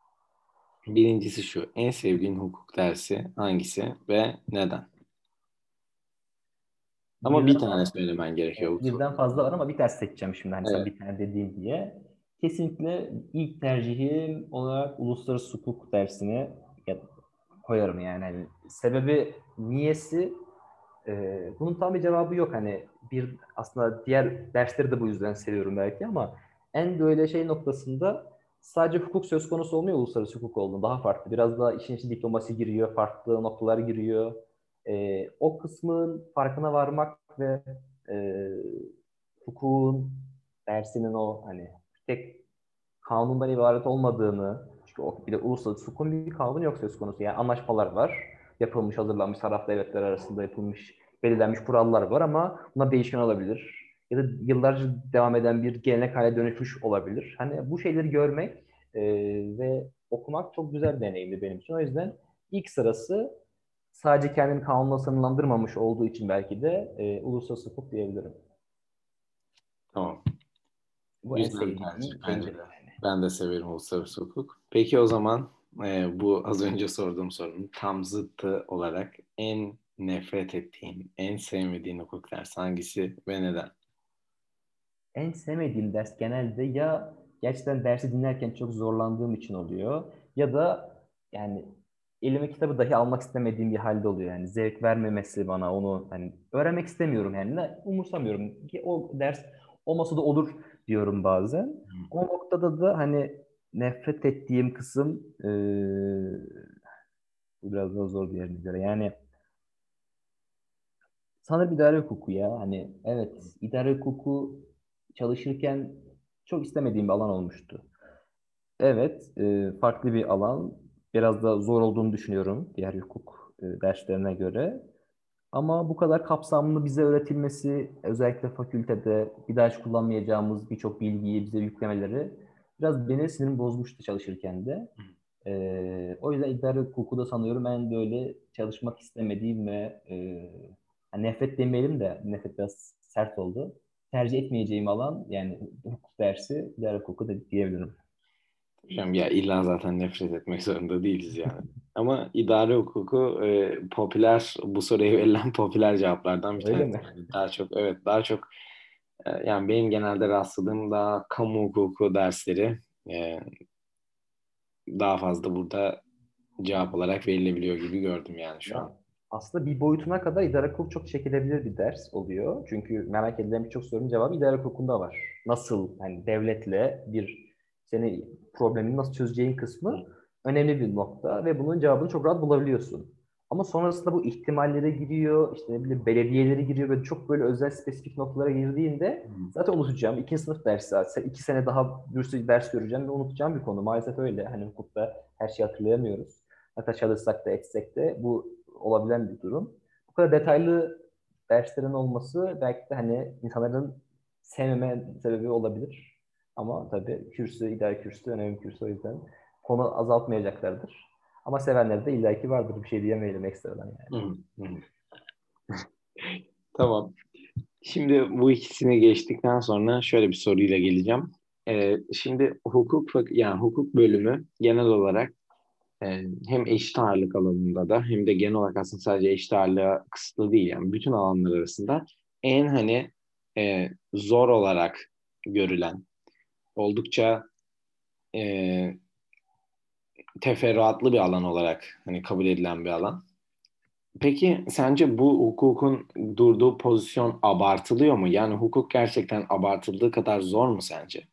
Birincisi şu. En sevdiğin hukuk dersi hangisi ve neden? Ama bir Birden tane fazla, söylemen gerekiyor bu evet, birden soruda. fazla var ama bir ters seçeceğim şimdi hani sen Evet. bir tane dediğin diye. Kesinlikle ilk tercihim olarak uluslararası hukuk dersini ya- koyarım yani. Hani sebebi niyesi e, bunun tam bir cevabı yok. Hani bir aslında diğer dersleri de bu yüzden seviyorum belki ama en böyle şey noktasında sadece hukuk söz konusu olmuyor uluslararası hukuk olduğunda daha farklı. Biraz daha işin içine diplomasi giriyor, farklı noktalar giriyor. E, o kısmın farkına varmak ve e, hukukun dersinin o hani tek kanundan ibaret olmadığını, çünkü o bir de uluslararası hukukun bir kanunu yok söz konusu. Yani anlaşmalar var. Yapılmış, hazırlanmış, taraf devletler arasında yapılmış, belirlenmiş kurallar var ama bunlar değişken olabilir. Ya da yıllarca devam eden bir gelenek hale dönüşmüş olabilir. Hani bu şeyleri görmek e, ve okumak çok güzel bir deneyimdi benim için. O yüzden ilk sırası sadece kendini kanunla sınırlandırmamış olduğu için belki de e, uluslararası hukuk diyebilirim. Tamam. Bu en Güzel bir tercih sevdiğim bence şeydir de. yani. Ben de severim uluslararası hukuk. Peki o zaman e, bu az önce sorduğum sorunun tam zıttı olarak en nefret ettiğin, en sevmediğin hukuk dersi hangisi ve neden? En sevmediğim ders genelde ya gerçekten dersi dinlerken çok zorlandığım için oluyor ya da yani elime kitabı dahi almak istemediğim bir halde oluyor yani zevk vermemesi bana onu hani öğrenmek istemiyorum yani ne, umursamıyorum ki o ders olmasa da olur diyorum bazen. O noktada da hani nefret ettiğim kısım eee, bu biraz daha zor bir yerine göre yani sanırım idare hukuku ya. Hani evet idare hukuku çalışırken çok istemediğim bir alan olmuştu. Evet e, farklı bir alan. Biraz da zor olduğunu düşünüyorum diğer hukuk e, derslerine göre. Ama bu kadar kapsamlı bize öğretilmesi, özellikle fakültede bir daha hiç kullanmayacağımız birçok bilgiyi bize yüklemeleri biraz beni sinirim bozmuştu çalışırken de. Ee, o yüzden idare hukuku da sanıyorum en böyle çalışmak istemediğim ve e, hani nefret demeyelim de nefret biraz sert oldu. Tercih etmeyeceğim alan yani hukuk dersi idare hukuku da diyebilirim. Hocam ya illa zaten nefret etmek zorunda değiliz yani. Ama idare hukuku e, popüler, bu soruya verilen popüler cevaplardan bir Öyle tanesi. mi? Yani daha çok evet daha çok e, yani benim genelde rastladığım daha kamu hukuku dersleri e, daha fazla burada cevap olarak verilebiliyor gibi gördüm yani şu an. Ya aslında bir boyutuna kadar idare hukuk çok çekilebilir bir ders oluyor. Çünkü merak edilen birçok sorunun cevabı idare hukukunda var. Nasıl hani devletle bir seni problemini nasıl çözeceğin kısmı önemli bir nokta ve bunun cevabını çok rahat bulabiliyorsun. Ama sonrasında bu ihtimallere giriyor, işte ne bileyim belediyeleri giriyor ve çok böyle özel spesifik noktalara girdiğinde Hı. zaten unutacağım. İkinci sınıf dersi, sen iki sene daha bir sürü ders göreceğim ve unutacağım bir konu. Maalesef öyle. Hani hukukta her şeyi hatırlayamıyoruz. Hatta çalışsak da etsek de bu olabilen bir durum. Bu kadar detaylı derslerin olması belki de hani insanların sevmeme sebebi olabilir. Ama tabii kürsü, ideal kürsü, önemli kürsü o yüzden konu azaltmayacaklardır. Ama sevenler de illaki vardır. Bir şey diyemeyelim ekstradan yani. Hı hı. Tamam. Şimdi bu ikisini geçtikten sonra şöyle bir soruyla geleceğim. Ee, şimdi hukuk fak- yani hukuk bölümü genel olarak e, hem eşit ağırlık alanında da hem de genel olarak aslında sadece eşit ağırlığa kısıtlı değil yani bütün alanlar arasında en hani e, zor olarak görülen oldukça e, teferruatlı bir alan olarak hani kabul edilen bir alan. Peki sence bu hukukun durduğu pozisyon abartılıyor mu? Yani hukuk gerçekten abartıldığı kadar zor mu sence?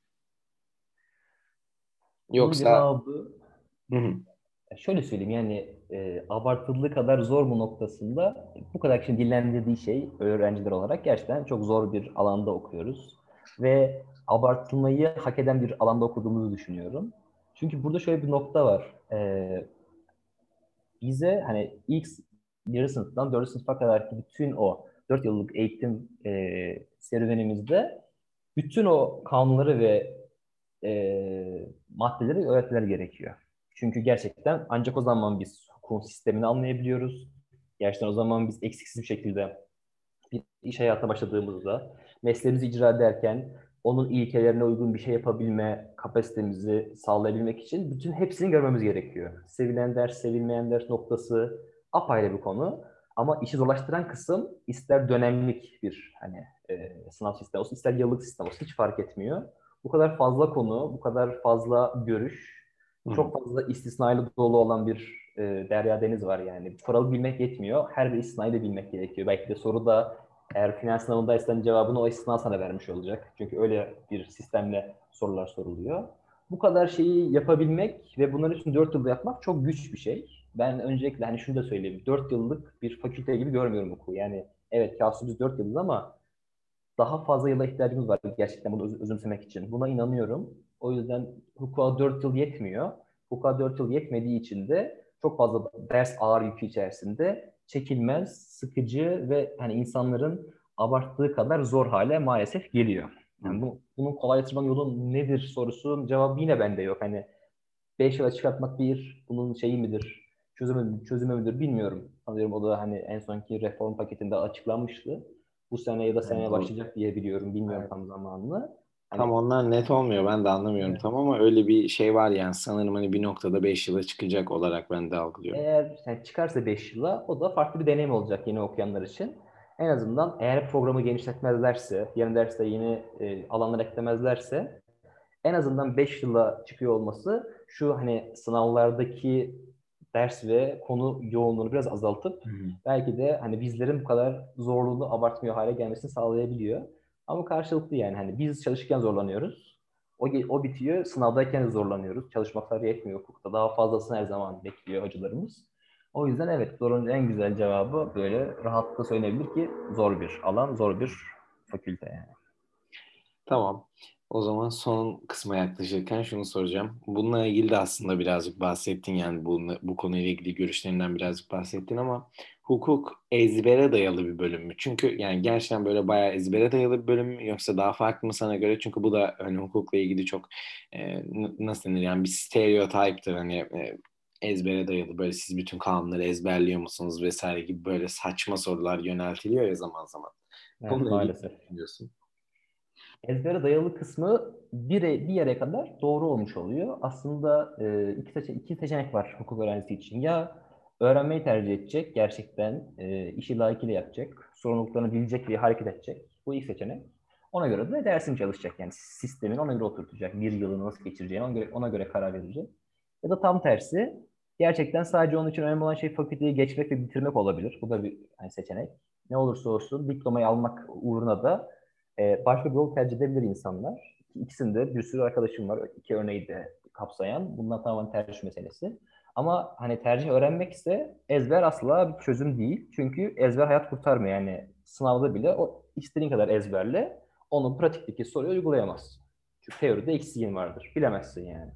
Bunun Yoksa cevabı hı hı, şöyle söyleyeyim yani e, abartıldığı kadar zor mu noktasında bu kadar kişinin dillendirdiği şey öğrenciler olarak gerçekten çok zor bir alanda okuyoruz. Ve abartılmayı hak eden bir alanda okuduğumuzu düşünüyorum. Çünkü burada şöyle bir nokta var. E, bize hani ilk birinci sınıftan dördüncü sınıfa kadarki bütün o dört yıllık eğitim e, serüvenimizde bütün o kanunları ve e, maddeleri öğretmeler gerekiyor. Çünkü gerçekten ancak o zaman biz hukukun sistemini anlayabiliyoruz. Gerçekten o zaman biz eksiksiz bir şekilde bir iş hayatına başladığımızda mesleğimizi icra ederken onun ilkelerine uygun bir şey yapabilme kapasitemizi sağlayabilmek için bütün hepsini görmemiz gerekiyor. Sevilen ders, sevilmeyen ders noktası apayrı bir konu. Ama işi zorlaştıran kısım ister dönemlik bir hani e, sınav sistemi olsun, ister yıllık sistem olsun hiç fark etmiyor. Bu kadar fazla konu, bu kadar fazla görüş, hı hı, çok fazla istisnayla dolu olan bir e, derya deniz var yani. Kuralı bilmek yetmiyor. Her bir istisnayı da bilmek gerekiyor. Belki de soruda eğer final sınavındaysan cevabını o istisna sana vermiş olacak. Çünkü öyle bir sistemle sorular soruluyor. Bu kadar şeyi yapabilmek ve bunların için dört yılda yapmak çok güç bir şey. Ben öncelikle hani şunu da söyleyeyim. Dört yıllık bir fakülte gibi görmüyorum hukuku. Yani evet kağıt biz dört yılız ama daha fazla yıla ihtiyacımız var gerçekten bunu öz- özümsemek için. Buna inanıyorum. O yüzden hukuka dört yıl yetmiyor. Hukuka dört yıl yetmediği için de çok fazla ders ağır yükü içerisinde çekilmez, sıkıcı ve hani insanların abarttığı kadar zor hale maalesef geliyor. hı. Yani bu, bunun kolaylaştırmanın yolu nedir sorusunun cevabı yine bende yok. Hani beş yıla çıkartmak bir, bunun şeyi midir, çözümü, çözümü müdür bilmiyorum. Sanıyorum o da hani en sonki reform paketinde açıklanmıştı. Bu sene ya da Evet, seneye doğru. başlayacak diye biliyorum. Bilmiyorum Evet. tam zamanını. Tam Hani onlar net olmuyor, ben de anlamıyorum evet. tam, ama öyle bir şey var yani, sanırım hani bir noktada beş yıla çıkacak olarak ben de algılıyorum. Eğer yani çıkarsa beş yıla o da farklı bir deneyim olacak yeni okuyanlar için. En azından eğer programı genişletmezlerse, yeni derste yeni e, alanlar eklemezlerse en azından beş yıla çıkıyor olması şu hani sınavlardaki ders ve konu yoğunluğunu biraz azaltıp Hı hı. belki de hani bizlerin bu kadar zorluğunu abartmıyor hale gelmesini sağlayabiliyor. Ama karşılıklı yani hani biz çalışırken zorlanıyoruz. O, o bitiyor. Sınavdayken de zorlanıyoruz. Çalışmaklar yetmiyor hukukta. Daha fazlasını her zaman bekliyor hocalarımız. O yüzden evet sorunun en güzel cevabı böyle rahatlıkla söylenebilir ki zor bir alan, zor bir fakülte yani. Tamam. O zaman son kısma yaklaşırken şunu soracağım. Bununla ilgili de aslında birazcık bahsettin, yani bu, bu konuyla ilgili görüşlerinden birazcık bahsettin, ama hukuk ezbere dayalı bir bölüm mü? Çünkü yani gerçekten böyle bayağı ezbere dayalı bir bölüm mü, yoksa daha farklı mı sana göre? Çünkü bu da hani hukukla ilgili çok e, n- nasıl denir yani, bir stereotiptir hani, e, ezbere dayalı, böyle siz bütün kanunları ezberliyor musunuz vesaire gibi böyle saçma sorular yöneltiliyor ya zaman zaman. Evet Bununla ilgili maalesef. ne düşünüyorsun? Ezbere dayalı kısmı bir, bir yere kadar doğru olmuş oluyor. Aslında e, iki, seçe iki seçenek var hukuk öğrencisi için. Ya öğrenmeyi tercih edecek, gerçekten e, işi layıkıyla yapacak, sorumluluklarını bilecek ve hareket edecek. Bu ilk seçenek. Ona göre de dersini çalışacak. Yani sistemin ona göre oturtacak. Bir yılını nasıl geçireceğini ona göre, ona göre karar verecek. Ya da tam tersi, gerçekten sadece onun için önemli olan şey fakülteyi geçmek ve bitirmek olabilir. Bu da bir hani seçenek. Ne olursa olsun diplomayı almak uğruna da e, başka bir yol tercih edebilir insanlar. İkisinde bir sürü arkadaşım var. İki örneği de kapsayan. Bunlar tamamen tercih meselesi. Ama hani tercih öğrenmek ise ezber asla bir çözüm değil. Çünkü ezber hayat kurtarmıyor. Yani sınavda bile o istediğin kadar ezberle onu pratikteki soruyu uygulayamazsın. Çünkü teoride eksiğin vardır. Bilemezsin yani.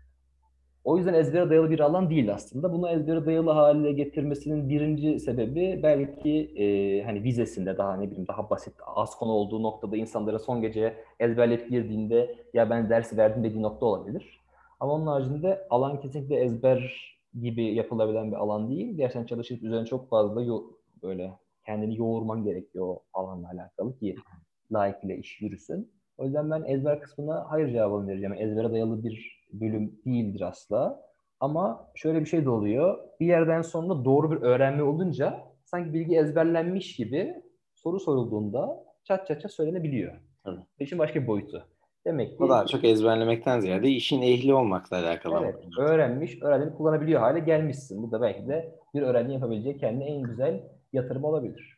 O yüzden ezbere dayalı bir alan değil aslında. Bunu ezbere dayalı hale getirmesinin birinci sebebi belki e, hani vizesinde daha ne bileyim daha basit az konu olduğu noktada insanlara son gece ezberleyip girdiğinde ya ben dersi verdim dediği nokta olabilir. Ama onun haricinde alan kesinlikle ezber gibi yapılabilen bir alan değil. Gerçekten çalışıp üzerine çok fazla yo- böyle kendini yoğurman gerekiyor o alanla alakalı ki layıkıyla iş yürüsün. O yüzden ben ezber kısmına hayır cevabını vereceğim. Ezbere dayalı bir bölüm değildir asla. Ama şöyle bir şey de oluyor. Bir yerden sonra doğru bir öğrenme olunca sanki bilgi ezberlenmiş gibi soru sorulduğunda çat çat çat söylenebiliyor. Tabii. İşin başka bir boyutu. Demek O daha ki çok ezberlemekten ziyade işin ehli olmakla alakalı ama. evet öğrenmiş, öğrenip kullanabiliyor hale gelmişsin. Bu da belki de bir öğrencinin yapabileceği kendine en güzel yatırım olabilir.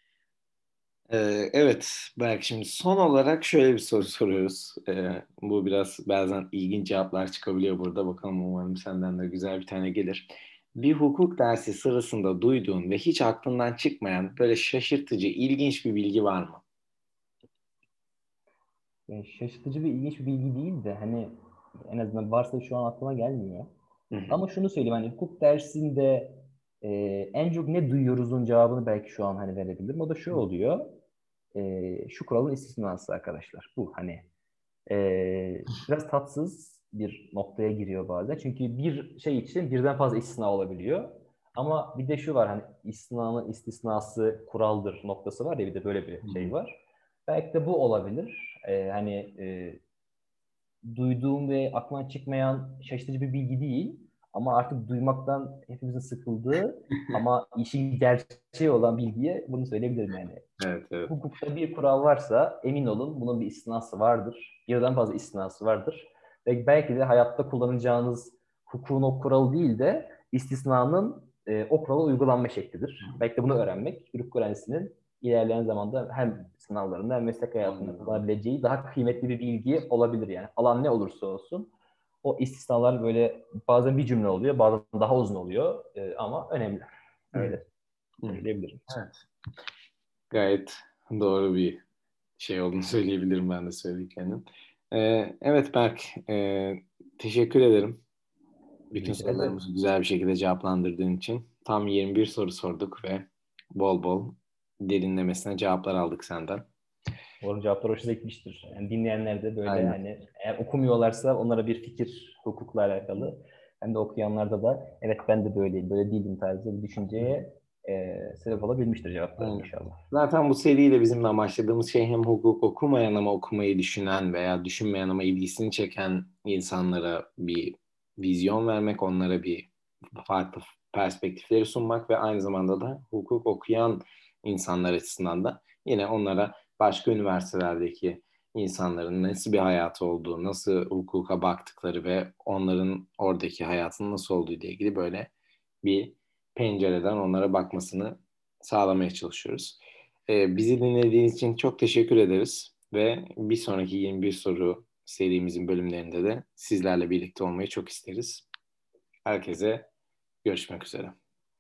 Ee, evet, belki şimdi son olarak şöyle bir soru soruyoruz. Ee, bu biraz bazen ilginç cevaplar çıkabiliyor burada. Bakalım, umarım senden de güzel bir tane gelir. Bir hukuk dersi sırasında duyduğun ve hiç aklından çıkmayan böyle şaşırtıcı, ilginç bir bilgi var mı? Yani şaşırtıcı ve ilginç bir bilgi değil de hani en azından varsa şu an aklıma gelmiyor. Hı hı. Ama şunu söyleyeyim hani hukuk dersinde e, en çok ne duyuyoruzun cevabını belki şu an hani verebilirim. O da şu oluyor. E, şu kuralın istisnası arkadaşlar. Bu hani e, biraz tatsız bir noktaya giriyor bazen. Çünkü bir şey için birden fazla istisna olabiliyor. Ama bir de şu var hani istisnanın istisnası kuraldır noktası var ya bir de böyle bir Hı şey hı. var. Belki de bu olabilir. E, hani e, duyduğum ve aklına çıkmayan şaşırtıcı bir bilgi değil. Ama artık duymaktan hepimizin sıkıldığı ama işin gerçeği olan bilgiye bunu söyleyebilirim yani. Evet, evet. Hukukta bir kural varsa emin olun bunun bir istinası vardır. Birden fazla istinası vardır. Ve belki de hayatta kullanacağınız hukukun o kuralı değil de istisnanın e, o kurala uygulanma şeklidir. Belki de bunu öğrenmek bir hukuk öğrencisinin ilerleyen zamanda hem sınavlarında hem meslek hayatında Anladım. kullanabileceği daha kıymetli bir bilgi olabilir yani. Alan ne olursa olsun. O istisnalar böyle bazen bir cümle oluyor, bazen daha uzun oluyor e, ama önemli. Hı hı. Öyle Hı hı. söyleyebilirim. Evet. Gayet doğru bir şey olduğunu söyleyebilirim ben de söylediklerinin. Ee, evet Berk, e, teşekkür ederim. Bütün Rica ederim. sorularımızı güzel bir şekilde cevaplandırdığın için. Tam yirmi bir soru sorduk ve bol bol derinlemesine cevaplar aldık senden. Umarım cevaplar hoşuna gitmiştir. Yani dinleyenler de böyle Aynen. hani eğer okumuyorlarsa onlara bir fikir hukukla alakalı hem de okuyanlarda da evet ben de böyleyim, böyle değilim tarzı bir düşünceye e, sebep olabilmiştir cevaplarım Aynen. inşallah. Zaten bu seriyle bizim de amaçladığımız şey hem hukuk okumayan ama okumayı düşünen veya düşünmeyen ama ilgisini çeken insanlara bir vizyon vermek, onlara bir farklı perspektifleri sunmak ve aynı zamanda da hukuk okuyan insanlar açısından da yine onlara başka üniversitelerdeki insanların nasıl bir hayatı olduğu, nasıl hukuka baktıkları ve onların oradaki hayatının nasıl olduğu ile ilgili böyle bir pencereden onlara bakmasını sağlamaya çalışıyoruz. Ee, bizi dinlediğiniz için çok teşekkür ederiz ve bir sonraki yirmi bir soru serimizin bölümlerinde de sizlerle birlikte olmayı çok isteriz. Herkese görüşmek üzere.